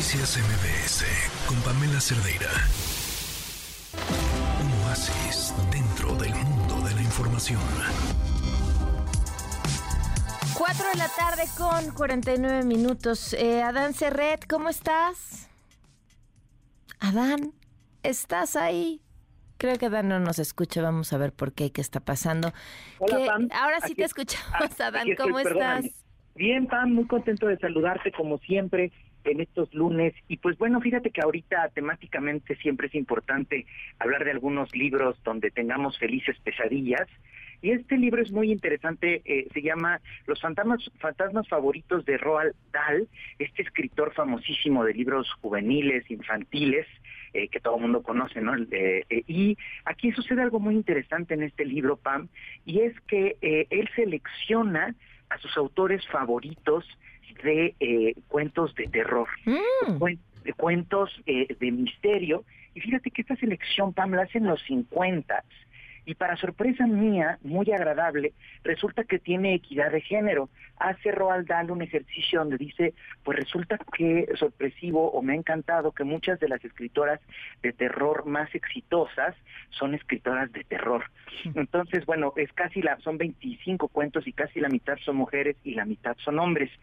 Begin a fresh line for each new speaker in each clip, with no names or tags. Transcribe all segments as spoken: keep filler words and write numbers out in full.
Noticias M B S con Pamela Cerdeira. Un oasis dentro del mundo de la información.
Cuatro de la tarde con cuarenta y nueve minutos. Eh, Adán Serret, ¿cómo estás? Adán, ¿estás ahí? Creo que Adán no nos escucha. Vamos a ver por qué, qué está pasando.
Hola,
¿Qué?
Pam.
Ahora sí
Aquí,
te escuchamos, Adán.
estoy,
¿Cómo
perdóname.
estás?
Bien, Pam, muy contento de saludarte como siempre en estos lunes. Y pues bueno, fíjate que ahorita temáticamente siempre es importante hablar de algunos libros donde tengamos felices pesadillas. Y este libro es muy interesante, eh, se llama Los fantasmas, fantasmas favoritos de Roald Dahl, este escritor famosísimo de libros juveniles, infantiles, eh, que todo el mundo conoce, ¿no? Eh, eh, y aquí sucede algo muy interesante en este libro, Pam, y es que eh, él selecciona a sus autores favoritos de eh, cuentos de terror,
Mm.
cuen- de cuentos eh, de misterio. Y fíjate que esta selección, Pam, la hacen los cincuenta. Y para sorpresa mía, muy agradable, resulta que tiene equidad de género. Hace Roald Dahl un ejercicio donde dice, pues resulta que sorpresivo o me ha encantado que muchas de las escritoras de terror más exitosas son escritoras de terror. Entonces, bueno, es casi la, son veinticinco cuentos y casi la mitad son mujeres y la mitad son hombres.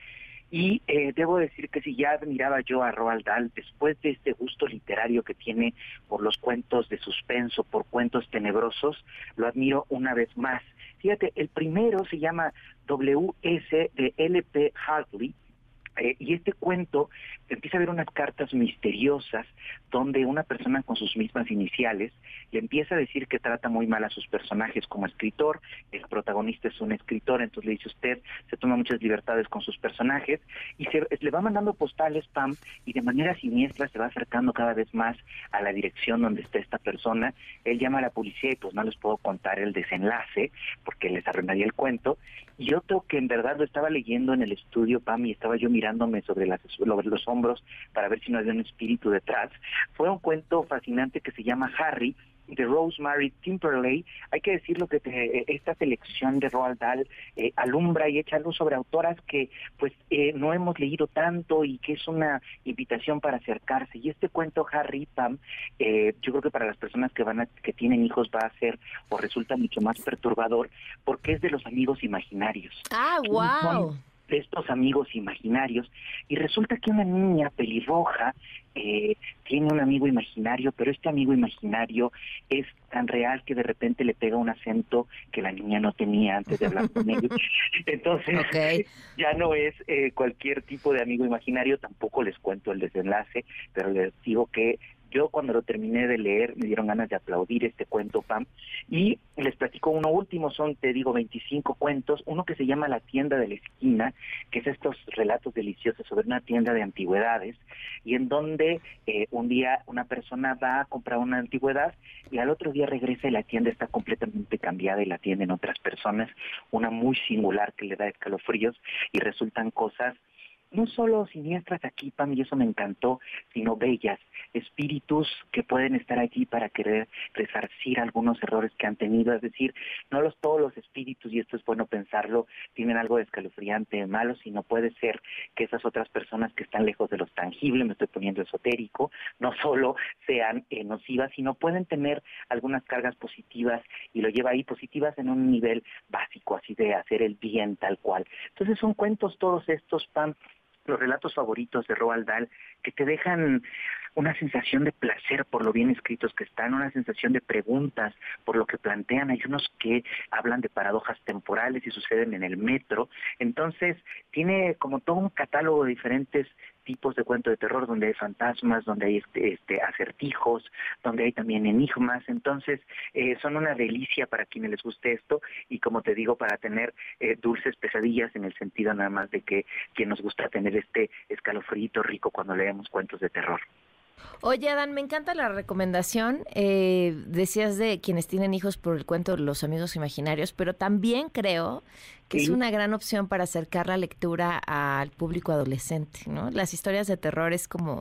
Y eh, debo decir que si ya admiraba yo a Roald Dahl, después de este gusto literario que tiene por los cuentos de suspenso, por cuentos tenebrosos, lo admiro una vez más. Fíjate, el primero se llama W S de L P Hartley, eh, y este cuento empieza a ver unas cartas misteriosas donde una persona con sus mismas iniciales le empieza a decir que trata muy mal a sus personajes como escritor. El protagonista es un escritor, entonces le dice usted, se toma muchas libertades con sus personajes y se le va mandando postales, Pam, y de manera siniestra se va acercando cada vez más a la dirección donde está esta persona. Él llama a la policía y pues no les puedo contar el desenlace porque les arruinaría el cuento. Y otro que en verdad lo estaba leyendo en el estudio, Pam, y estaba yo mirándome sobre, las, sobre los hombros para ver si no había un espíritu detrás, fue un cuento fascinante que se llama Harry, de Rosemary Timperley. Hay que decirlo que te, esta selección de Roald Dahl eh, alumbra y echa luz sobre autoras que pues eh, no hemos leído tanto y que es una invitación para acercarse. Y este cuento Harry, Pam, eh, yo creo que para las personas que van a, que tienen hijos va a ser o resulta mucho más perturbador porque es de los amigos imaginarios.
Ah, wow.
De estos amigos imaginarios, y resulta que una niña pelirroja eh, tiene un amigo imaginario, pero este amigo imaginario es tan real que de repente le pega un acento que la niña no tenía antes de hablar con él. Entonces,
Okay.
ya no es eh, cualquier tipo de amigo imaginario. Tampoco les cuento el desenlace, pero les digo que yo cuando lo terminé de leer me dieron ganas de aplaudir este cuento, Pam, y les platico uno último, son, te digo, veinticinco cuentos, uno que se llama La tienda de la esquina, que es estos relatos deliciosos sobre una tienda de antigüedades, y en donde eh, un día una persona va a comprar una antigüedad y al otro día regresa y la tienda está completamente cambiada y la atienden otras personas, una muy singular que le da escalofríos y resultan cosas no solo siniestras aquí, Pam, y eso me encantó, sino bellas, espíritus que pueden estar allí para querer resarcir algunos errores que han tenido. Es decir, no los todos los espíritus, y esto es bueno pensarlo, tienen algo de escalofriante, malo, sino puede ser que esas otras personas que están lejos de lo tangible, me estoy poniendo esotérico, no solo sean eh, nocivas, sino pueden tener algunas cargas positivas, y lo lleva ahí positivas en un nivel básico, así de hacer el bien tal cual. Entonces son cuentos todos estos, Pam, los relatos favoritos de Roald Dahl, que te dejan una sensación de placer por lo bien escritos que están, una sensación de preguntas por lo que plantean. Hay unos que hablan de paradojas temporales y suceden en el metro. Entonces, tiene como todo un catálogo de diferentes tipos de cuentos de terror, donde hay fantasmas, donde hay este, este acertijos, donde hay también enigmas. Entonces, eh, son una delicia para quienes les guste esto, y como te digo, para tener eh, dulces pesadillas, en el sentido nada más de que quien nos gusta tener este escalofrío rico cuando leemos cuentos de terror.
Oye, Adán, me encanta la recomendación. Eh, decías de quienes tienen hijos por el cuento de los amigos imaginarios, pero también creo que
Sí.
es una gran opción para acercar la lectura al público adolescente, ¿no? Las historias de terror es como...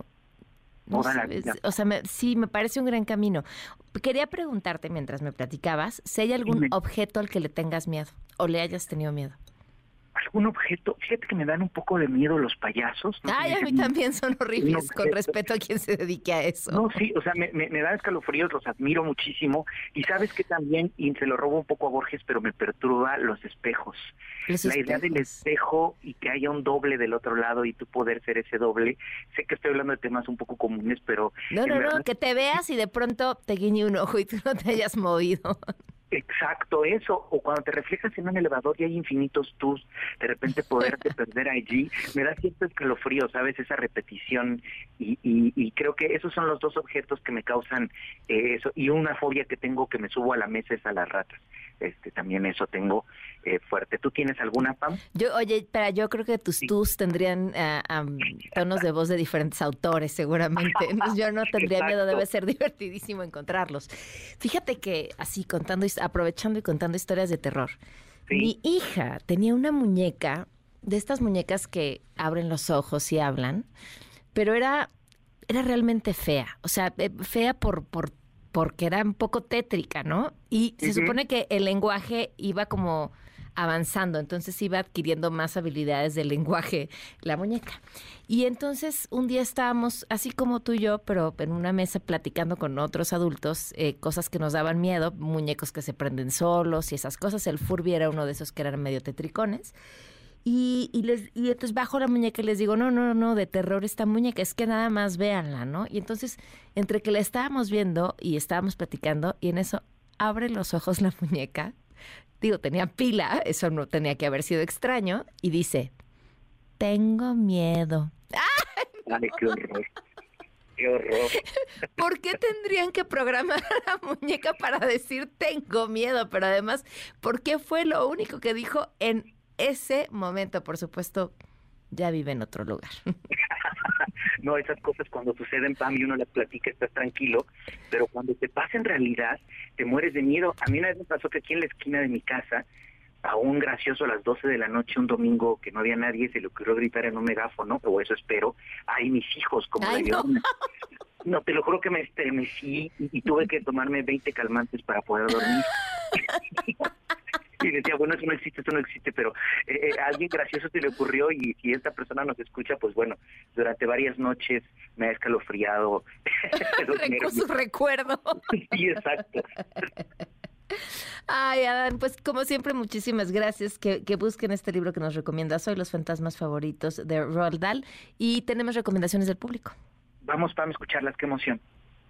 No
Toda la
sé,
vida.
es- o sea, me- sí, me parece un gran camino. Quería preguntarte, mientras me platicabas, si hay algún
Dime.
objeto al que le tengas miedo o le hayas tenido miedo.
Un objeto, fíjate que me dan un poco de miedo los payasos.
¿no? Ay, a mí también son horribles, con respeto a quien se dedique a eso.
No, sí, o sea, me, me, me dan escalofríos, los admiro muchísimo. Y sabes que también, y se lo robo un poco a Borges, pero me perturba los espejos.
Los
La
espejos.
idea del espejo y que haya un doble del otro lado y tú poder ser ese doble. Sé que estoy hablando de temas un poco comunes, pero...
No, no,
verdad...
no, que te veas y de pronto te guiñe un ojo y tú no te hayas movido.
Exacto, eso, o cuando te reflejas en un elevador y hay infinitos tus, de repente poderte perder allí, me da cierto escalofrío, ¿sabes? Esa repetición, y, y, y creo que esos son los dos objetos que me causan eh, eso, y una fobia que tengo que me subo a la mesa es a las ratas, este también eso tengo eh, fuerte. ¿Tú tienes alguna, Pam?
Yo, oye, pero yo creo que tus
Sí.
tus tendrían uh, um, tonos de voz de diferentes autores, seguramente. Yo no tendría miedo,
Exacto.
debe ser divertidísimo encontrarlos. Fíjate que así, contando, his- aprovechando y contando historias de terror,
Sí.
mi hija tenía una muñeca, de estas muñecas que abren los ojos y hablan, pero era, era realmente fea. O sea, eh, fea por, por, porque era un poco tétrica, ¿no? Y se
Ujú.
supone que el lenguaje iba como avanzando, entonces iba adquiriendo más habilidades del lenguaje la muñeca. Y entonces un día estábamos, así como tú y yo, pero en una mesa platicando con otros adultos, eh, cosas que nos daban miedo, muñecos que se prenden solos y esas cosas. El Furby era uno de esos que eran medio tetricones. Y, y, les, y entonces bajo la muñeca y les digo, no, no, no, de terror esta muñeca, es que nada más véanla, ¿no? Y entonces, entre que la estábamos viendo y estábamos platicando, y en eso abre los ojos la muñeca, digo, tenía pila, eso no tenía que haber sido extraño, y dice, tengo miedo.
Ay, qué horror, qué horror.
¿Por qué tendrían que programar a la muñeca para decir tengo miedo? Pero además, ¿por qué fue lo único que dijo en ese momento? Por supuesto, ya vive en otro lugar.
No, esas cosas cuando suceden, Pam, y uno las platica, estás tranquilo, pero cuando te pasa en realidad, te mueres de miedo. A mí una vez me pasó que aquí en la esquina de mi casa, a un gracioso a las doce de la noche, un domingo que no había nadie, se le ocurrió gritar en un megáfono, o eso espero, ay, mis hijos, como
Ay,
le dio.
no.
No, te lo juro que me estremecí y, y tuve que tomarme veinte calmantes para poder dormir. Y decía, bueno, eso no existe, eso no existe, pero eh, eh, a alguien gracioso se le ocurrió, y si esta persona nos escucha, pues bueno, durante varias noches me ha escalofriado los
Recu-
nervios.
su recuerdo.
Sí, exacto.
Ay, Adán, pues como siempre, muchísimas gracias. Que, que busquen este libro que nos recomiendas hoy, Los fantasmas favoritos de Roald Dahl. Y tenemos recomendaciones del público.
Vamos, Pam, a escucharlas, qué emoción.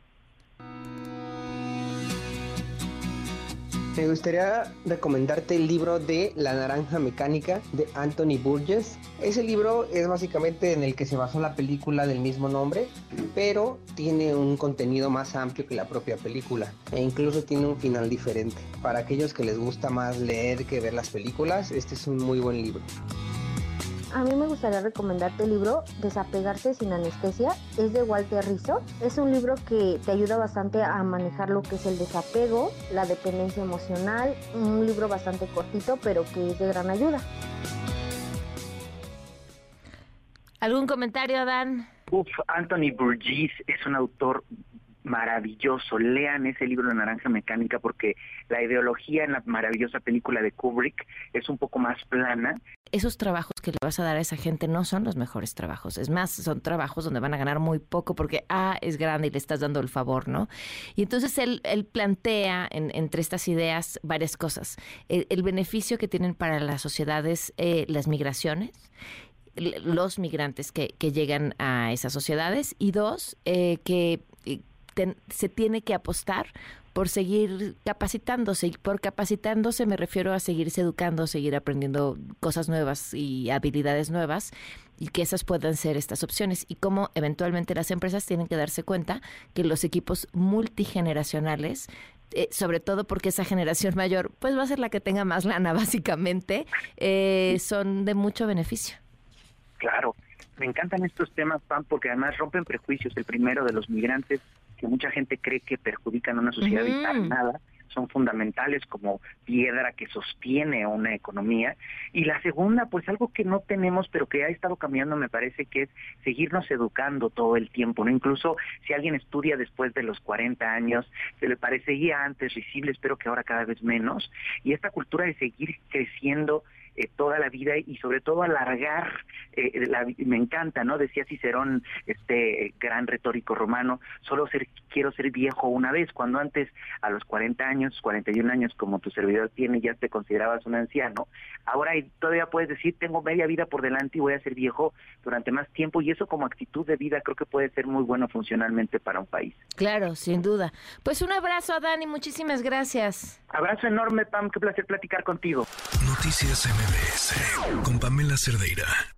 Me gustaría recomendarte el libro de La Naranja Mecánica de Anthony Burgess. Ese libro es básicamente en el que se basó la película del mismo nombre, pero tiene un contenido más amplio que la propia película e incluso tiene un final diferente. Para aquellos que les gusta más leer que ver las películas, este es un muy buen libro.
A mí me gustaría recomendarte el libro Desapegarse sin anestesia, es de Walter Rizzo. Es un libro que te ayuda bastante a manejar lo que es el desapego, la dependencia emocional, un libro bastante cortito pero que es de gran ayuda.
¿Algún comentario, Adán?
Uf, Anthony Burgess es un autor maravilloso. Lean ese libro de Naranja Mecánica porque la ideología en la maravillosa película de Kubrick es un poco más plana.
Esos trabajos que le vas a dar a esa gente no son los mejores trabajos. Es más, son trabajos donde van a ganar muy poco porque, ah, es grande y le estás dando el favor, ¿no? Y entonces él, él plantea en, entre estas ideas varias cosas. El, el beneficio que tienen para las sociedades eh, las migraciones, l- los migrantes que, que llegan a esas sociedades, y dos, eh, que eh, ten- se tiene que apostar por seguir capacitándose. Y por capacitándose me refiero a seguirse educando, seguir aprendiendo cosas nuevas y habilidades nuevas, y que esas puedan ser estas opciones. Y cómo eventualmente las empresas tienen que darse cuenta que los equipos multigeneracionales, eh, sobre todo porque esa generación mayor pues va a ser la que tenga más lana básicamente, eh, son de mucho beneficio.
Claro, me encantan estos temas, Pam, porque además rompen prejuicios. El primero de los migrantes, que mucha gente cree que perjudican a una sociedad
Ujú.
y para nada, son fundamentales como piedra que sostiene una economía. Y la segunda, pues algo que no tenemos, pero que ha estado cambiando, me parece que es seguirnos educando todo el tiempo, ¿no? Incluso si alguien estudia después de los cuarenta años, se le parecería antes risible, espero que ahora cada vez menos. Y esta cultura de seguir creciendo eh, toda la vida y sobre todo alargar, eh, la, me encanta, ¿no? Decía Cicerón, este gran retórico romano, solo ser, quiero ser viejo una vez, cuando antes a los cuarenta años, cuarenta y un años como tu servidor tiene, ya te considerabas un anciano, ahora todavía puedes decir, tengo media vida por delante y voy a ser viejo durante más tiempo, y eso como actitud de vida creo que puede ser muy bueno funcionalmente para un país.
Claro, sin duda. Pues un abrazo a Dani, muchísimas gracias.
Abrazo enorme, Pam, qué placer platicar contigo.
Noticias M B S con Pamela Cerdeira.